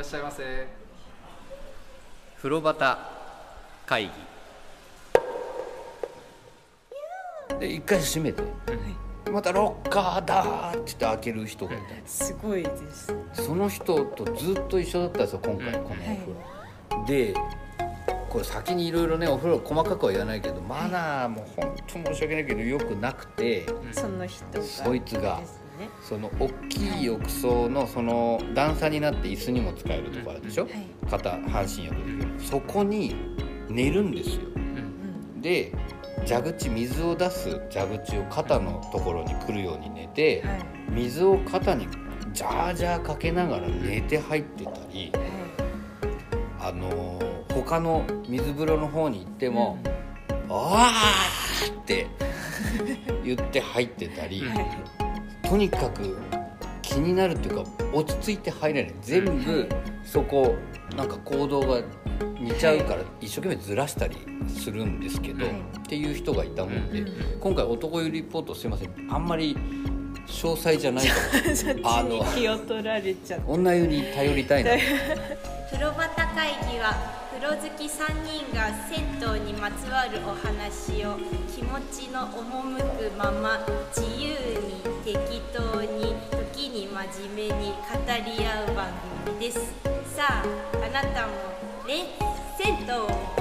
しゃいませ。 風呂端会議で一回閉めて、またロッカーだって言って開ける人がいた、 すごいです。 その人とずっと一緒だったんですよ今回このお風呂、でこれ先にいろいろねお風呂細かくは言わないけどマナーも本当申し訳ないけどよくなくて、 その人がそいつがですね。 その大きい浴槽のその段差になって椅子にも使えるとこあるでしょ、肩半身浴できる、そこに寝るんですよ、で蛇口水を出す蛇口を肩のところに来るように寝て、水を肩にジャージャーかけながら寝て入ってたり、他の水風呂の方に行っても「あー!」って言って入ってたり、とにかく気になるっていうか落ち着いて入れない、全部そこなんか行動が似ちゃうから一生懸命ずらしたりするんですけど、っていう人がいたもんで、今回男湯リポートすいませんあんまり詳細じゃないかもそっちに気を取られちゃって女湯に頼りたいな風呂端会議は風呂好き3人が銭湯にまつわるお話を気持ちの赴くまま自由に適当に時に真面目に語り合う番組です。さああなたもレッ銭湯。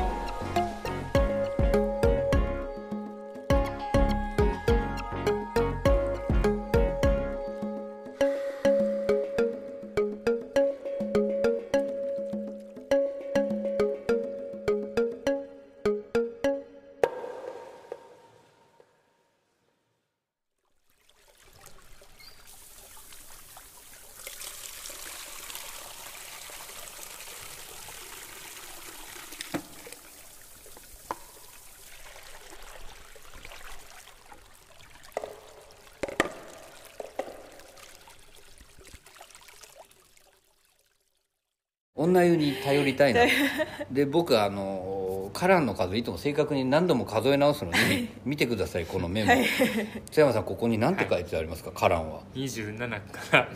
女湯に頼りたいなで僕カランの数いつも正確に何度も数え直すのに見てくださいこのメモ、津山さんここに何て書いてありますか、カランは 27から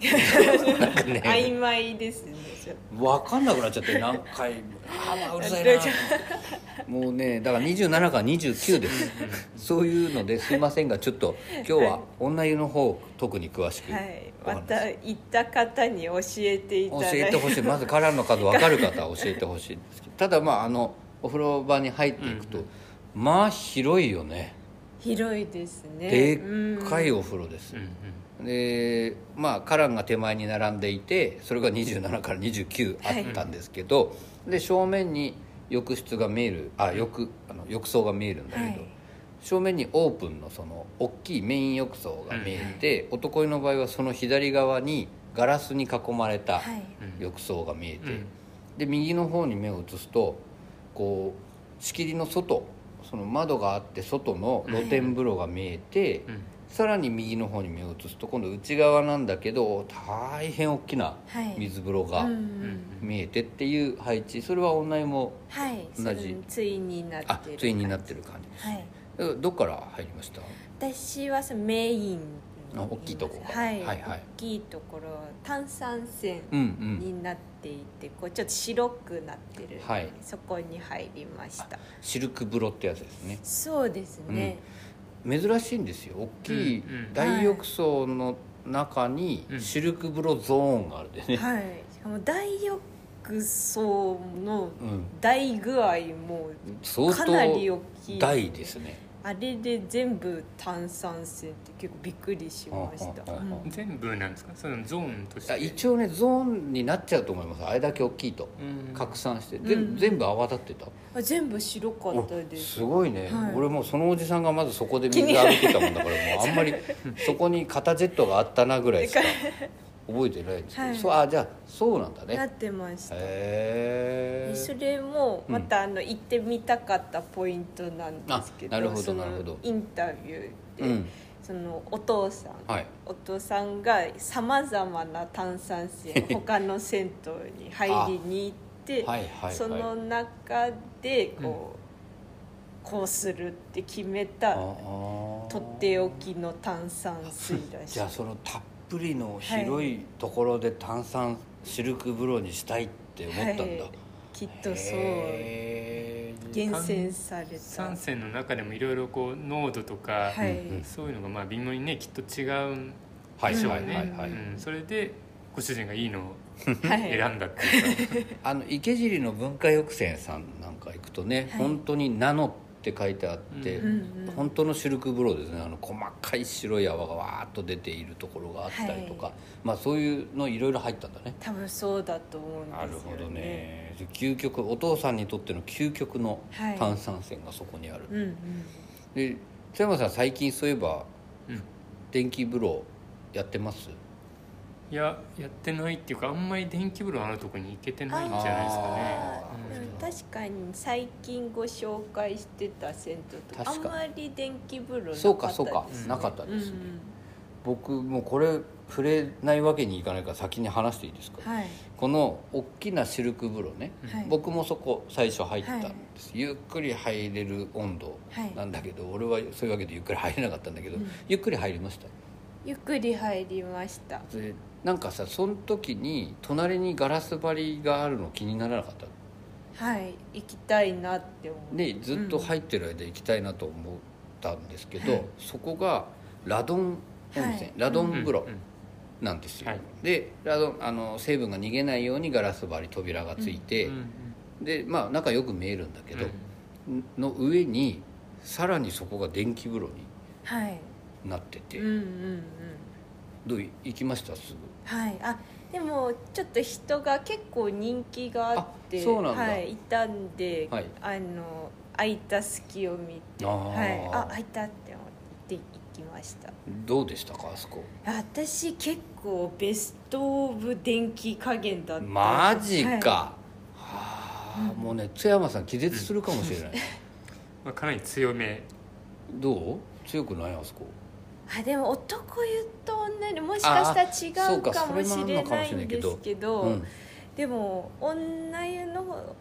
29 なんかね曖昧ですね。 分かんなくなっちゃって何回うるさいなもうねだから27から29ですそういうのですいませんがちょっと今日は女湯の方特に詳しく、 また行った方に教えていただいて教えてほしい、まずカランの数分かる方は教えてほしいんですけど、ただお風呂場に入っていくと、まあ広いよね。 広いですね。 でっかいお風呂です、でカランが手前に並んでいてそれが27から29あったんですけど、で正面に浴室が見える浴槽が見えるんだけど、正面にオープンのその大きいメイン浴槽が見えて、男湯の場合はその左側にガラスに囲まれた浴槽が見えて、で右の方に目を移すとこう仕切りの外、その窓があって外の露天風呂が見えて、さらに右の方に目を移すと今度内側なんだけど大変大きな水風呂が見えてっていう配置、それは女湯も同じ、 対になってる対になってる感じです、どっから入りました？ 私はメイン大きいところ、 大きいところ炭酸泉になっていて、こうちょっと白くなってる、そこに入りました。 シルク風呂ってやつですね。 そうですね、 珍しいんですよ。大きい大浴槽の中にシルク風呂ゾーンがあるんでね、 しかも大浴槽の大具合もかなり大きい、 大ですね。 あれで全部炭酸泉って結構びっくりしました。 全部なんですか、そのゾーンとして？ 一応ねゾーンになっちゃうと思います。あれだけ大きいと拡散して、全部泡立ってた。 全部白かったです。 すごいね、俺もうそのおじさんがまずそこで水浴びてたもんだからもうあんまりそこに肩ジェットがあったなぐらいしか覚えてないんですけど、じゃあそうなんだね。 なってました。 それもまた行ってみたかったポイントなんですけど、そのインタビューで、そのお父さんがさまざまな炭酸泉他の銭湯に入りに行ってその中でこうするって決めたとっておきの炭酸水らしい。 じゃあそのたっぷぷりの広いところで炭酸シルク風呂にしたいって思ったんだ、はい、 きっとそう厳選された炭酸泉の中でもいろいろこう濃度とか、はい、そういうのがまあ微妙にねきっと違うんでしょうね。それでご主人がいいのを選んだっていうか池尻の文化浴泉さんなんか行くとね、はい、本当にナノって書いてあって、本当のシルク風呂ですね。細かい白い泡がわーっと出ているところがあったりとか、はい、まあそういうのいろいろ入ったんだね。 多分そうだと思うんですよね。 なるほどね。究極、お父さんにとっての究極の炭酸泉がそこにある、で津山さん最近そういえば、電気風呂やってます？ いや、やってないっていうかあんまり電気風呂あるとこに行けてないんじゃないですかね。 確かに最近ご紹介してた銭湯とあんまり電気風呂なかったですね。 そうかなかったですね、僕もうこれ触れないわけにいかないから先に話していいですか、はい、この大きなシルク風呂ね、はい、僕もそこ最初入ったんです、はい、ゆっくり入れる温度なんだけど、はい、俺はそういうわけでゆっくり入れなかったんだけど、ゆっくり入りました？ ゆっくり入りました。 でなんかさ、その時に隣にガラス張りがあるの気にならなかった？ はい、行きたいなって思う。 でずっと入ってる間行きたいなと思ったんですけど、そこがラドン温泉、ラドン風呂なんですよ、でラドン成分が逃げないようにガラス張り扉がついて、でまあ中よく見えるんだけど、の上にさらにそこが電気風呂になってて、どう行きました？すぐ。 はい、でもちょっと人が結構人気があって、 そうなんだ、 はい、いたんで、はい、空いた隙を見て、はい、空いたって思って行きました。 どうでしたか、あそこ？ 私結構ベストオブ電気加減だった。 マジか、はい、もうね津山さん気絶するかもしれない、 まあかなり強め。 どう？強くない？あそこでも男湯と女湯もしかしたら違うかもしれないんですけど、でも女湯の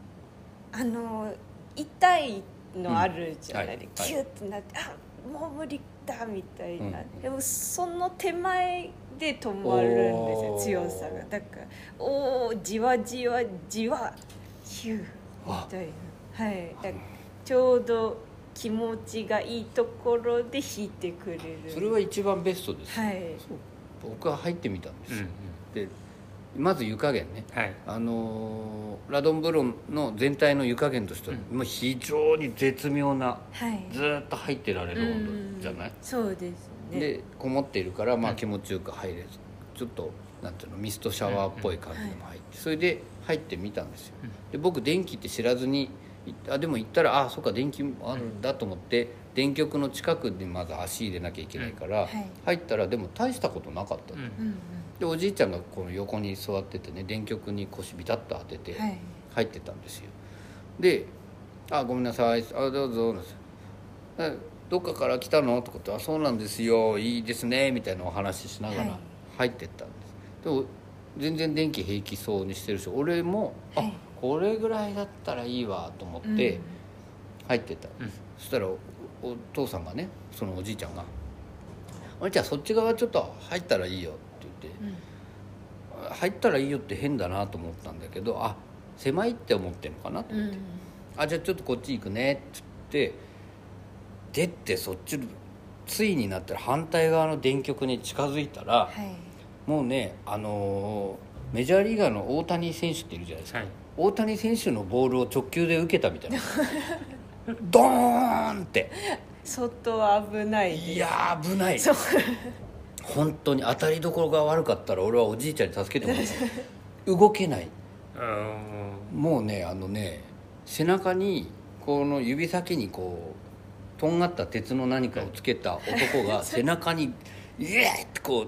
痛いのあるじゃないで、キュッてなってもう無理だみたいな、でもその手前で止まるんですよ、強さが。だからじわじわじわヒューみたいな、はい、だちょうど気持ちがいいところで引いてくれる。 それは一番ベストです、 はい、 僕は入ってみたんですよ、でまず湯加減ね、はい、ラドン風呂の全体の湯加減としては、もう非常に絶妙な、ずっと入ってられる温度じゃない、 そうですね。 でこもっているから、まあ、気持ちよく入れず、ちょっとなんていうのミストシャワーっぽい感じでも入って、それで入ってみたんですよ。で僕電気って知らずにでも行ったらそうか電気あるんだと思って、電極の近くにまず足入れなきゃいけないから、入ったらでも大したことなかったと、でおじいちゃんがこの横に座っててね、電極に腰ビタッと当てて入ってたんですよ。でごめんなさい、どうぞどっかから来たのとかってそうなんですよ、いいですねみたいなお話ししながら入ってったんです、でも全然電気平気そうにしてるし、俺もこれぐらいだったらいいわと思って入ってた、そしたら お父さんがね、そのおじいちゃんが「おじいちゃんそっち側ちょっと入ったらいいよ」って言って、入ったらいいよって変だなと思ったんだけど、狭いって思ってるのかなと思って、じゃあちょっとこっち行くねって言って、でそっちついになったら反対側の電極に近づいたら、もうねメジャーリーガーの大谷選手っているじゃないですか、大谷選手のボールを直球で受けたみたいなドーンって相当危ないです。 いや危ない本当に当たりどころが悪かったら俺はおじいちゃんに助けてもらう動けない、もうね背中にこの指先にこうとんがった鉄の何かをつけた男が背中にイエーってこう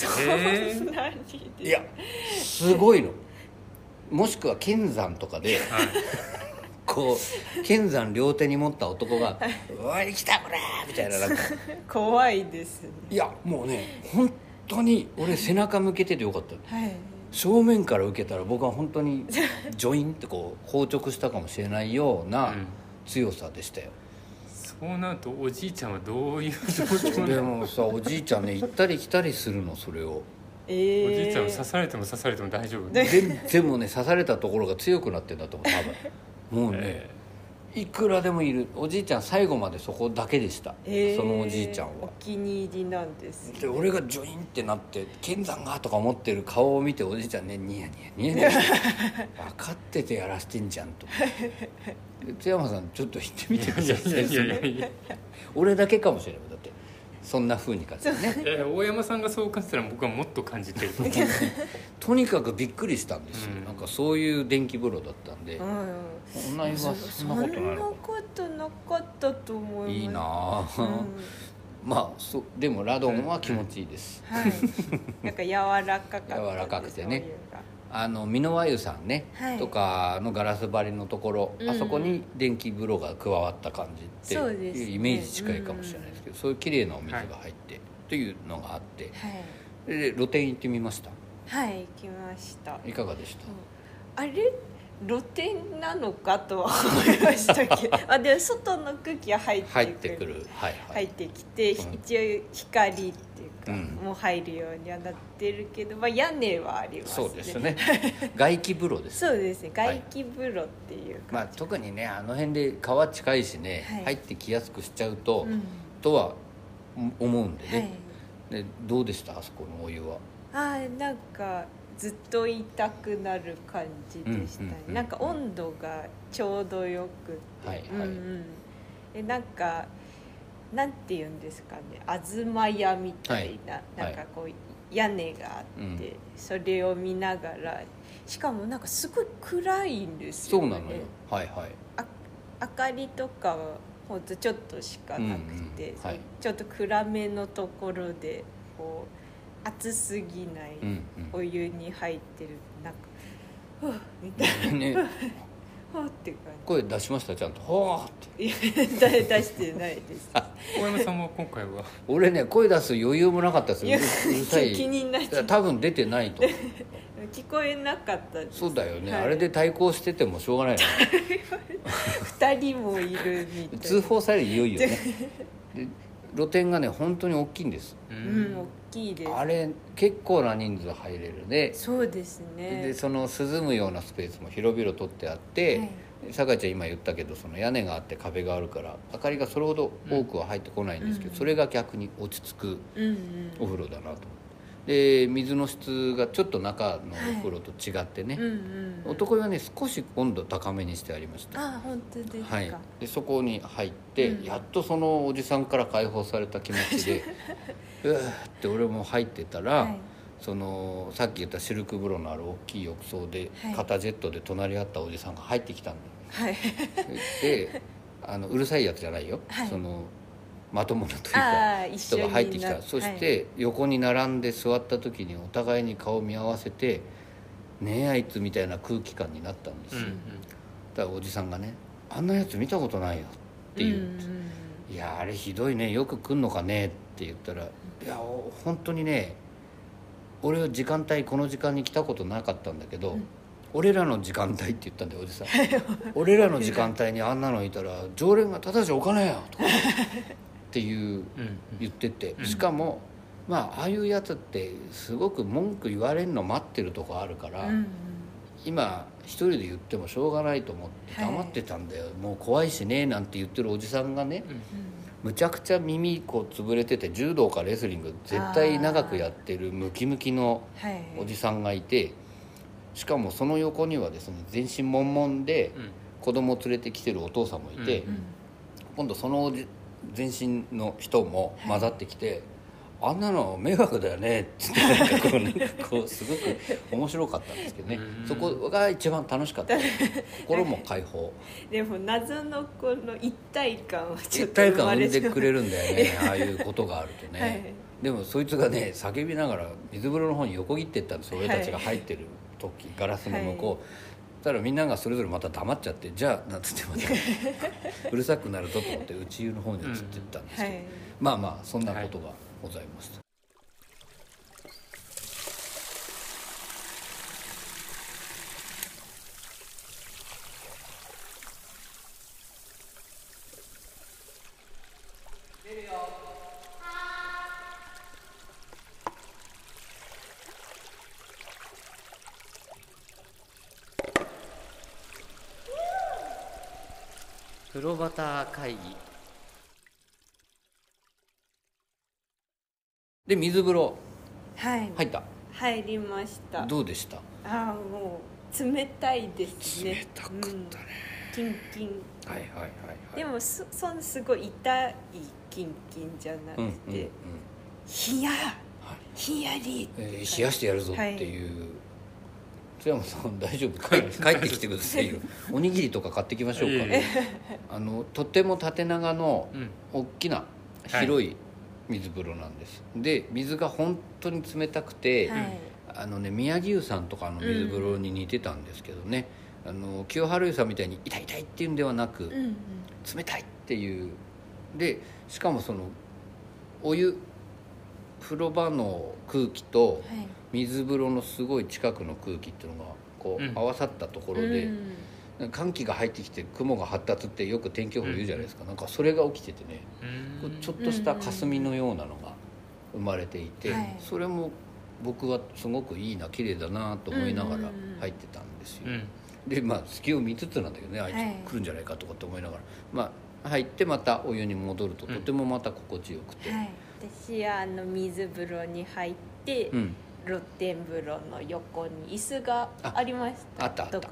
いやすごいの。もしくは剣山とかで、こう剣山両手に持った男が「おい来たこれ!」みたいな、なんか怖いですね。 いやもうね本当に俺背中向けててよかった、正面から受けたら僕は本当にジョインってこう硬直したかもしれないような強さでしたよ、 そうなるとおじいちゃんはどういう状況なの？ でもさおじいちゃんね行ったり来たりするの、それをおじいちゃん刺されても刺されても大丈夫？ 全然もうね刺されたところが強くなってんだと思う多分もうね、いくらでもいる。おじいちゃん最後までそこだけでした、そのおじいちゃんはお気に入りなんです、ね、 で俺がジョインってなって剣山がとか思ってる顔を見ておじいちゃんねニヤニヤニヤニヤ分かっててやらしてんじゃんと津山さんちょっと言ってみてください。俺だけかもしれないだってそんな風に感じるね。 大山さんがそう感じたら僕はもっと感じてるとにかくびっくりしたんですよ、なんかそういう電気風呂だったんで、そんなそんなことないのかな。そんなことなかったと思います。 いいな、まあでもラドンは気持ちいいです、 はい、なんか柔らかかった柔らかくてね、美濃和湯さんね、とかのガラス張りのところ、あそこに電気風呂が加わった感じっていうイメージ近いかもしれないですけど、そういう綺麗なお水が入ってというのがあって、で露天行ってみました。 はい、行きました。 いかがでした？ あれ露天なのかとは思いましたけどでも外の空気が入ってくる、入ってきて、一応光っていうか、もう入るようにはなってるけど、屋根はありますね。 そうですね外気風呂です。 そうですね、外気風呂っていう感じ、 特にねあの辺で川近いしね、入ってきやすくしちゃうと、とは思うんでね、でどうでしたあそこのお湯は？ なんかずっといたくなる感じでしたね、なんか温度がちょうどよくて、なんかなんていうんですかね、東屋みたいな、なんかこう屋根があって、それを見ながら、しかもなんかすごい暗いんですよね。 そうなのよ、 明かりとかはほんとちょっとしかなくて、ちょっと暗めのところでこう熱すぎないお湯に入ってる、なんかふわみたいなねはって感じ。 声出しましたちゃんと？はって出してないです大山さんも今回は？ 俺ね声出す余裕もなかったですよ。うるさい気になっちゃう。 多分出てないと聞こえなかったです。 そうだよね、あれで対抗しててもしょうがないの 2人もいるみたいな。 通報されるいよいよねで露天がね本当に大きいんです。 大きいです。 あれ結構な人数入れるね。 そうですね。 でその涼むようなスペースも広々取ってあって、酒井ちゃん今言ったけど、その屋根があって壁があるから明かりがそれほど多くは入ってこないんですけど、それが逆に落ち着くお風呂だなと。で水の質がちょっと中のお風呂と違ってね、男湯はね少し温度高めにしてありました。 本当ですか。 でそこに入って、やっとそのおじさんから解放された気持ちでうわーって俺も入ってたら、そのさっき言ったシルク風呂のある大きい浴槽で、肩ジェットで隣り合ったおじさんが入ってきたんだよ、でうるさいやつじゃないよ、そのまともなというか人が入ってきた。そして横に並んで座った時にお互いに顔見合わせて、ねえあいつみたいな空気感になったんですよ、だからおじさんがね、あんなやつ見たことないよって言う、いやあれひどいね、よく来んのかねって言ったら、いや本当にね、俺は時間帯この時間に来たことなかったんだけど、俺らの時間帯って言ったんだよおじさん俺らの時間帯にあんなのいたら常連がただじゃおかねえよとかっていう言ってて、しかもああいうやつってすごく文句言われるの待ってるとこあるから、今一人で言ってもしょうがないと思って黙ってたんだよ、もう怖いしねなんて言ってるおじさんがね、むちゃくちゃ耳こう潰れてて、柔道かレスリング絶対長くやってるムキムキのおじさんがいて、しかもその横にはですね、全身悶々で子供連れてきてるお父さんもいて、今度その全身の人も混ざってきて、あんなの迷惑だよねってなんかこうねこうすごく面白かったんですけどね、そこが一番楽しかった心も解放でも謎のこの一体感はちょっと一体感を生んでくれるんだよねああいうことがあるとね、でもそいつがね叫びながら水風呂の方に横切っていったんです、俺たちが入ってる時、ガラスの向こう、ただみんながそれぞれまた黙っちゃって、じゃあなんつってまたうるさくなるぞと思って内湯の方に移っていったんですけど、まあまあそんなことがございました。 風呂旗会議で水風呂入った、 入りました。 どうでした？ もう冷たいですね。 冷たかったね、 キンキン。 はいはいはい、はい、 でもすごい痛いキンキンじゃなくて、ひやり、 冷やしてやるぞっていう、津山さん大丈夫？帰ってきてくださいよおにぎりとか買ってきましょうか。とても縦長の大きな広い水風呂なんです、で水が本当に冷たくて、宮城湯さんとかの水風呂に似てたんですけどね、清春湯さんみたいに痛い痛いっていうんではなく、冷たいっていうで、しかもそのお湯風呂場の空気と水風呂のすごい近くの空気っていうのがこう合わさったところで、寒気が入ってきて雲が発達ってよく天気予報言うじゃないですか、なんかそれが起きててね、ちょっとした霞のようなのが生まれていて、それも僕はすごくいいな綺麗だなと思いながら入ってたんですよ、で隙を見つつなんだけどね、あいつ来るんじゃないかとかって思いながら、入ってまたお湯に戻るととてもまた心地よくて、 私は水風呂に入って、露天風呂の横に椅子がありました。 あった、はい、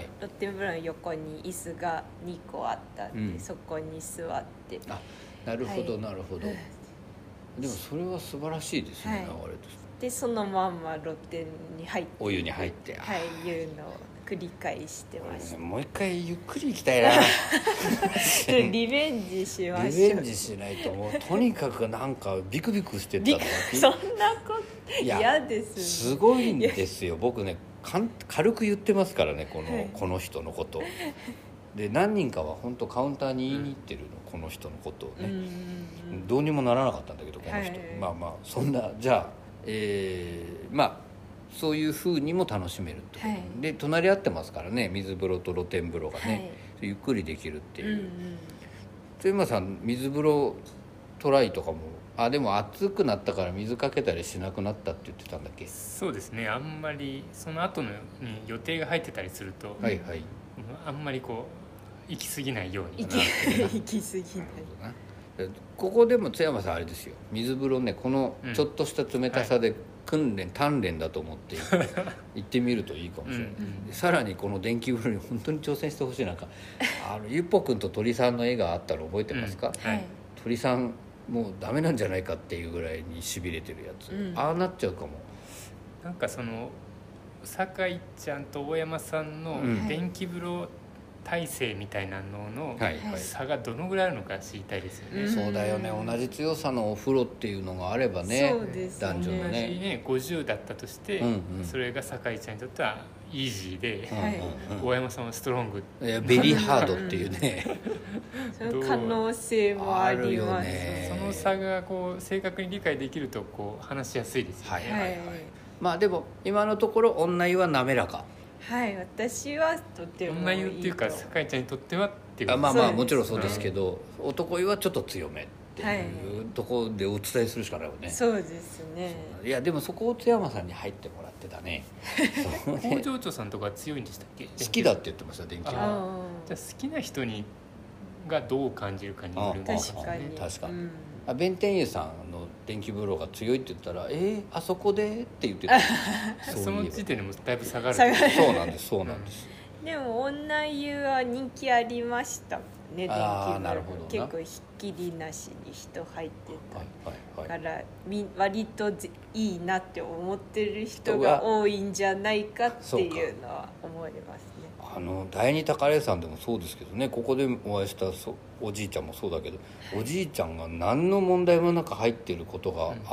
露天風呂の横に椅子が2個あったんで、そこに座って。 なるほどなるほど、でもそれは素晴らしいですね、流れとして。 でそのまんま露天に入ってお湯に入っていうのを繰り返してました。 もう一回ゆっくり行きたいなリベンジしましょう。 リベンジしないと、もうとにかくなんかビクビクしてたのそんなこと嫌です、ね、 すごいんですよ。僕ね軽く言ってますからね、この人のことで、何人かは本当カウンターに言いに行ってるの、この人のことをね、どうにもならなかったんだけどこの人、そんなじゃあそういう風にも楽しめるってこと、で隣り合ってますからね、水風呂と露天風呂がね、ゆっくりできるっていう。今さん水風呂トライとかもでも暑くなったから水かけたりしなくなったって言ってたんだっけ？ そうですね、あんまりその後に予定が入ってたりすると、あんまりこう行き過ぎないように行き過ぎないここでも津山さんあれですよ、水風呂ね、このちょっとした冷たさで鍛錬だと思って行ってみるといいかもしれない、さらにこの電気風呂に本当に挑戦してほしい。なんかゆっぽくんと鳥さんの絵があったの覚えてますか？鳥さんもうダメなんじゃないかっていうぐらいにしびれてるやつ、ああなっちゃうかも。 なんかその酒井ちゃんと大山さんの電気風呂体制みたいなのの差がどのぐらいあるのか知りたいですよね。 そうだよね、同じ強さのお風呂っていうのがあればね、男女のね、 同じね50だったとして、それが酒井ちゃんにとってはイージーで、大山さんはストロング、 ベリーハードっていうねその可能性もありますね。 その差がこう正確に理解できるとこう話しやすいですよね。 でも今のところ女湯は滑らか。 私はとてもいいと。 女湯っていうか酒井ちゃんにとってはっていう。 もちろんそうですけど、男湯はちょっと強めっていうところでお伝えするしかないよね。 そうですね。 いやでもそこを津山さんに入ってもらってたね。 工場長さんとか強いんでしたっけ？ 好きだって言ってました、電気は。 じゃあ好きな人がどう感じるかによるんですかね。 確かに。弁天湯さんの電気風呂が強いって言ったらあそこでって言ってたその時点でもだいぶ下がる。 そうなんですでも女湯は人気ありましたね、電気風呂。結構ひっきりなしに人入ってたから割といいなって思ってる人が多いんじゃないかっていうのは思いますね。 第二宝屋さんでもそうですけどね、ここでお会いしたおじいちゃんもそうだけど、おじいちゃんが何の問題もなく入ってることがあって、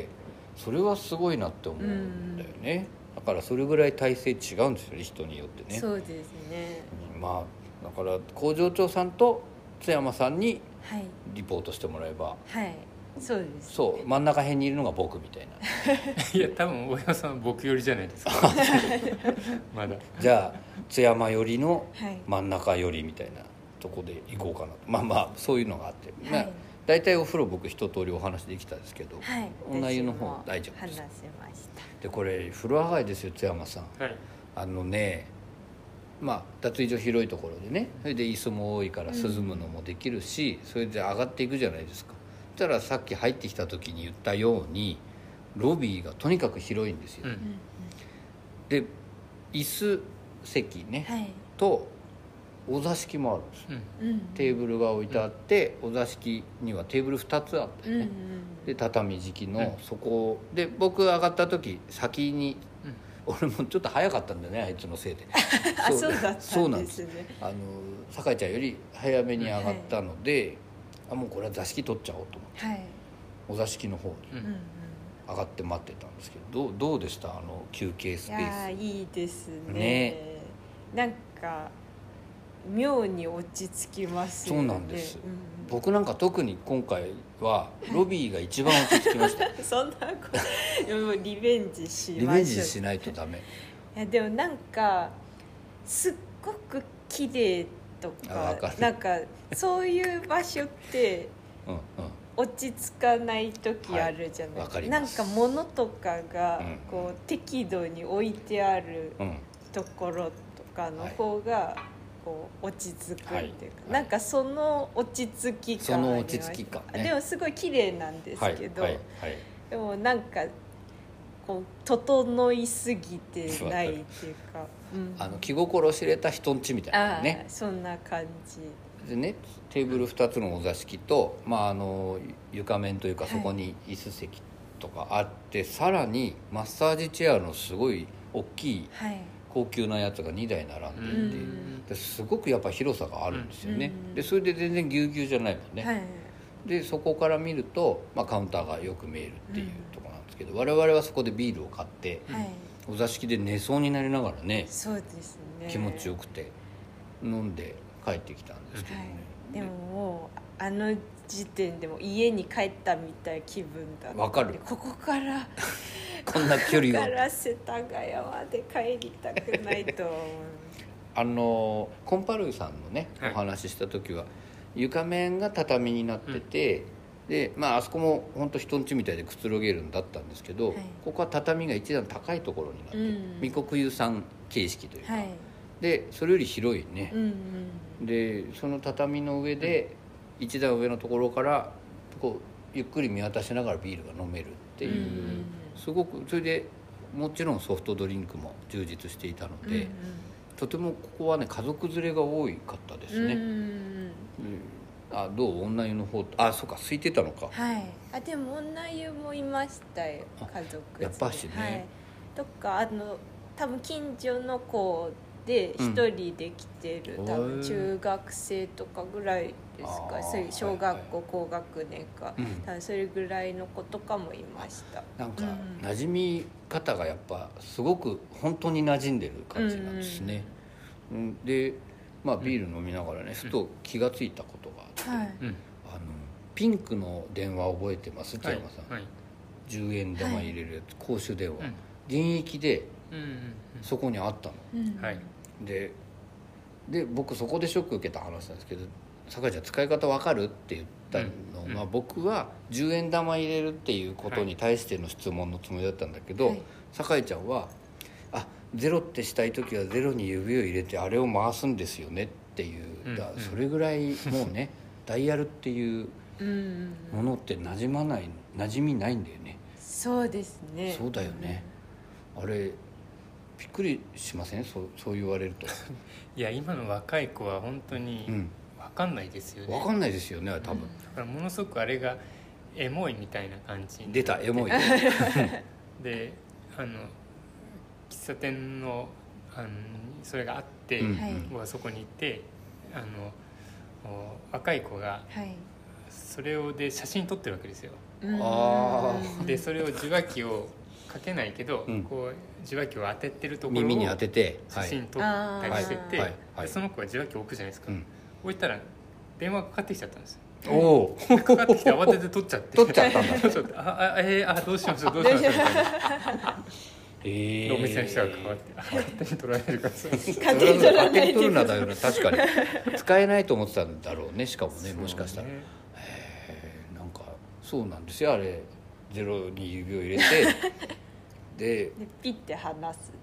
それはすごいなって思うんだよね。だからそれぐらい体制違うんですよね、人によってね。 そうですね。 だから工場長さんと津山さんにリポートしてもらえば、 そうです、ね、 そう真ん中辺にいるのが僕みたいな。 いや多分大山さんは僕寄りじゃないですかまだじゃあ津山寄りの真ん中寄りみたいなとこで行こうかなと、そういうのがあって、大体お風呂僕一通りお話できたんですけど、女湯の方大丈夫です。でこれ風呂上がりですよ津山さん、 脱衣所広いところでね、それで椅子も多いから涼むのもできるし、それで上がっていくじゃないですか。そしたらさっき入ってきた時に言ったようにロビーがとにかく広いんですよ、で椅子席ね、とお座敷もあるんです、テーブルが置いてあって、お座敷にはテーブル2つあってね、で畳敷きのそこで僕上がった時先に、俺もちょっと早かったんだよね、あいつのせいでそうだったんですね。 酒井ちゃんより早めに上がったので、もうこれは座敷取っちゃおうと思って、お座敷の方に上がって待ってたんですけど、どうでした？休憩スペース。 いやいいですね。なんか妙に落ち着きますよね。 そうなんです、僕なんか特に今回はロビーが一番落ち着きましたそんなこともうリベンジしましょう。 リベンジしないとダメ。 いやでもなんかすっごく綺麗とかなんかそういう場所って落ち着かない時あるじゃない、なんか物とかがこう適度に置いてあるところとかの方がこう落ち着くっていうか、なんかその落ち着き感ありました。でもすごい綺麗なんですけど、でもなんかこう整いすぎてないっていうか、 気心知れた人んちみたいなね。 そんな感じでね、テーブル2つのお座敷と、床面というかそこに椅子席とかあって、さらにマッサージチェアのすごい大きい高級なやつが2台並んでいて、すごくやっぱ広さがあるんですよね、でそれで全然ぎゅうぎゅうじゃないもんね、でそこから見ると、カウンターがよく見えるっていうところなんですけど、我々はそこでビールを買って、お座敷で寝そうになりながらね、 そうですね、 気持ちよくて飲んで帰ってきたんですけどね、 でももう時点でも家に帰ったみたいな気分だった。 わかる。 ここからこんな距離をここから世田谷まで帰りたくないと思うコンパルーさんのね、お話しした時は床面が畳になってて、であそこも本当人ん家みたいでくつろげるんだったんですけど、ここは畳が一段高いところになって、未国有産形式というか、でそれより広いね、でその畳の上で一段上のところからこうゆっくり見渡しながらビールが飲めるっていう、すごくそれでもちろんソフトドリンクも充実していたので、とてもここはね家族連れが多かったですね。どう女湯の方、そうか空いてたのか。 でも女湯もいましたよ、家族やっぱしね、 とか多分近所の子で一人で来てる、多分中学生とかぐらいですか、小学校高学年か、多分それぐらいの子とかもいました。 なんか馴染み方がやっぱすごく本当に馴染んでる感じなんですね。でビール飲みながらね、ふと気がついたことがあって、ピンクの電話覚えてます？千山さん、10円玉入れるやつ、公衆電話、現役でそこにあったの、で僕そこでショック受けた話なんですけど、酒井ちゃん使い方わかるって言ったのが、僕は10円玉入れるっていうことに対しての質問のつもりだったんだけど、酒井ちゃんはゼロってしたい時はゼロに指を入れてあれを回すんですよねっていう、それぐらいもうねダイヤルっていうものって馴染みないんだよね。 そうですね。 そうだよね、あれびっくりしません？そう言われるといや今の若い子は本当に分かんないですよね。 分かんないですよね、多分、だからものすごくあれがエモいみたいな感じ出たエモいで喫茶店のそれがあって、僕はそこに行って若い子がそれをで写真撮ってるわけですよ。でそれを受話器をかけないけど、こう受話器を当ててるところを耳に当てて写真撮ったりしてて、でその子は受話器を置くじゃないですか、置いたら電話がかかってきちゃったんですよ。かかってきて慌てて取っちゃって取っちゃったんだどうしましょうみたいなお店の人が変わって勝手に取られるから勝手に取るなだよね。確かに使えないと思ってたんだろうね。しかもね、もしかしたらなんかそうなんですよ。あれゼロに指を入れてでピッて離すんですよ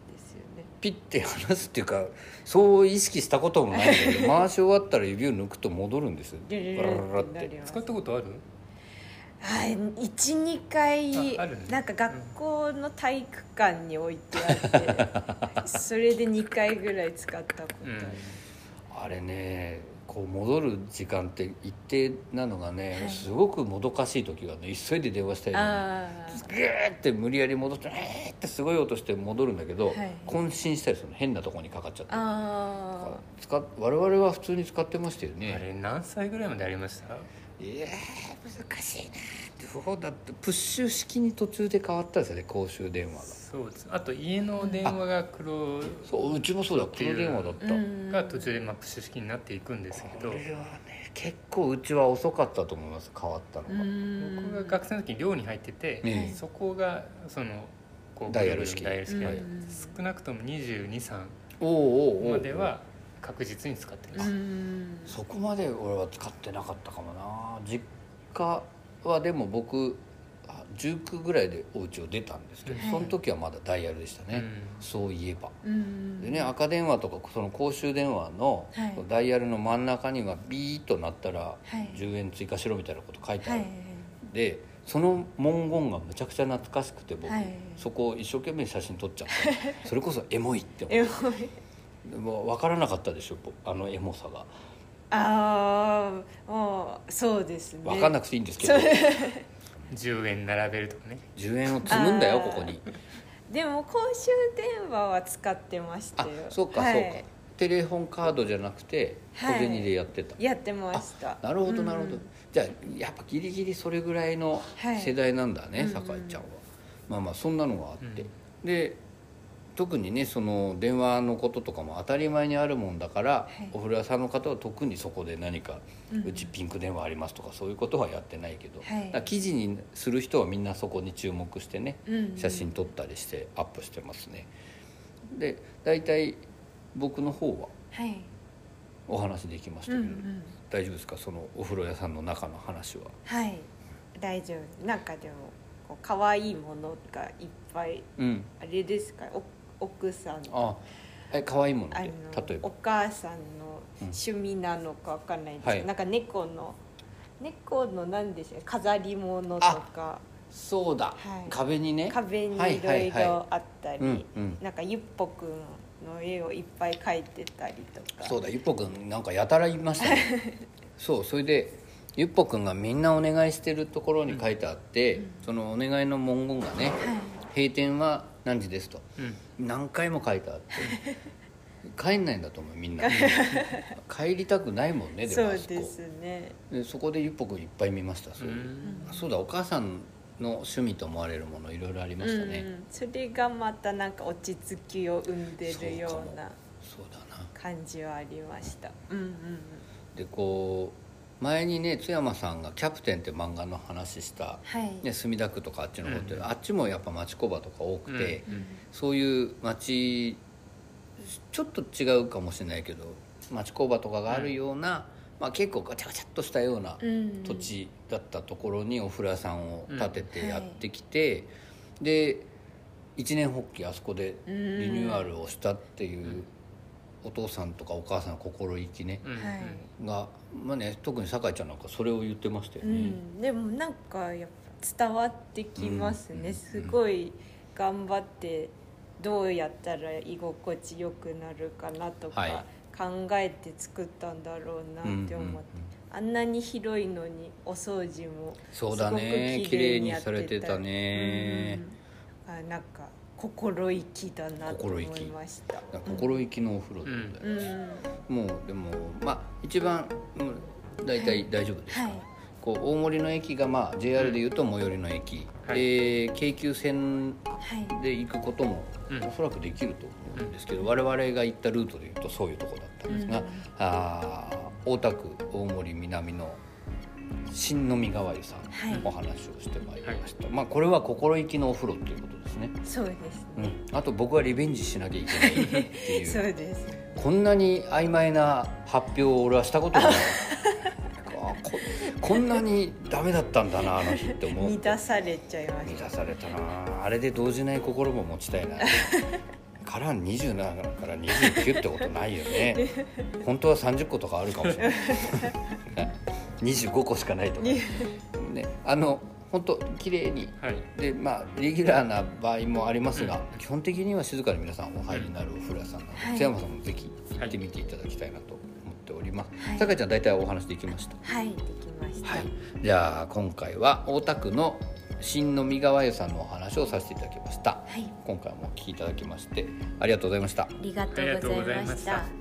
ピッて離すっていうか、そう意識したこともないけど回し終わったら指を抜くと戻るんですよ。バラララって使ったことある？ はい、12回、ね、なんか学校の体育館に置いてあってそれで2回ぐらい使ったことあれね、こう戻る時間って一定なのがね、はい、すごくもどかしい時がね、急いで電話したりグーって無理やり戻ってってすごい音して戻るんだけど、はい、渾身したりするの、変なところにかかっちゃって、我々は普通に使ってましたよね。 あれ何歳ぐらいまでありました？ 難しいなって。そうだって、プッシュ式に途中で変わったんですよね、公衆電話が。 そうです。あと家の電話が黒、 そう、うちもそうだ、黒電話だった、 が途中でプッシュ式になっていくんですけど、 これはね結構うちは遅かったと思います、変わったのが。 僕が学生の時に寮に入ってて、そこがそのこうダイヤル式で少なくとも22、3までは確実に使ってます。 そこまで俺は使ってなかったかもな。実家はでも僕19ぐらいでお家を出たんですけど、その時はまだダイヤルでしたね、そういえば。でね、赤電話とかその公衆電話のダイヤルの真ん中にはビーッとなったら10円追加しろみたいなこと書いてある、でその文言がむちゃくちゃ懐かしくて、僕、そこを一生懸命写真撮っちゃってそれこそエモいって思ってでも分からなかったでしょ、あのエモさが。 そうですね、 分かんなくていいんですけど 10円並べるとかね、 10円を積むんだよここに。 でも公衆電話は使ってましたよ。 そうか、そうか、テレホンカードじゃなくて小銭でやってた、 やってました。 なるほどなるほど、じゃあやっぱギリギリそれぐらいの世代なんだね、酒井ちゃんは。まあまあそんなのがあって、で特にね、その電話のこととかも当たり前にあるもんだから、お風呂屋さんの方は特にそこで何か、うちピンク電話ありますとかそういうことはやってないけど、記事にする人はみんなそこに注目してね、写真撮ったりしてアップしてますね。で大体僕の方はお話できましたけど、大丈夫ですか、そのお風呂屋さんの中の話は。 はい、大丈夫。なんかでもこう可愛いものがいっぱい、あれですか、奥さんの可愛いものって例えばお母さんの趣味なのか分かんないんですけど、なんか猫の何でしょう、飾り物とか。 そうだ、壁にね、 壁にいろいろあったり、なんかゆっぽくんの絵をいっぱい描いてたりとか。 そうだ、ゆっぽくんなんかやたら言いましたねそう、それでゆっぽくんがみんなお願いしてるところに書いてあって、そのお願いの文言がね、閉店は何時ですと、何回も書いてあって帰んないんだと思う、みんな帰りたくないもんね。 でもそうですね。 でそこでゆっぽくんいっぱい見ました。そうだ、お母さんの趣味と思われるものいろいろありましたね、 それがまたなんか落ち着きを生んでるような感じはありました。 でこう前にね、津山さんが「キャプテン」って漫画の話した、墨田区とかあっちの方って、あっちもやっぱ町工場とか多くて、そういう町ちょっと違うかもしれないけど町工場とかがあるような、結構ガチャガチャっとしたような土地だったところにお風呂屋さんを建ててやってきて、で一年発起あそこでリニューアルをしたっていうお父さんとかお母さんの心意気ね、が、特に酒井ちゃんなんかそれを言ってましたよね。 でもなんかやっぱ伝わってきますね、すごい頑張ってどうやったら居心地よくなるかなとか考えて作ったんだろうなって思って、あんなに広いのにお掃除もすごくきれいにされてたね。なんか心意気だなと思いました。 心意気のお風呂でございます。もうでも一番大体大丈夫ですか。こう大森の駅がJR でいうと最寄りの駅、京急線で行くこともおそらくできると思うんですけど、我々が行ったルートでいうとそういうところだったんですが、大田区大森南の新野見川湯さん、お話をしてまいりました。これは心意気のお風呂ということですね。 そうですね。 あと僕はリベンジしなきゃいけないっていうそうです。 こんなに曖昧な発表を俺はしたことないこんなにダメだったんだなあの日って思う。 満たされちゃいました。 満たされたな。あれで動じない心も持ちたいなから27から29ってことないよね本当は30個とかあるかもしれない25個しかないとかね、本当綺麗に、はい、でレギュラーな場合もありますが、基本的には静かに皆さんお入りになるお風呂屋さんなので、津山さんもぜひ行ってみていただきたいなと思っております。酒井ちゃん大体お話できました？ はい、できました。 じゃあ今回は大田区の新野見川湯さんのお話をさせていただきました。今回もお聞きいただきましてありがとうございました。 ありがとうございました。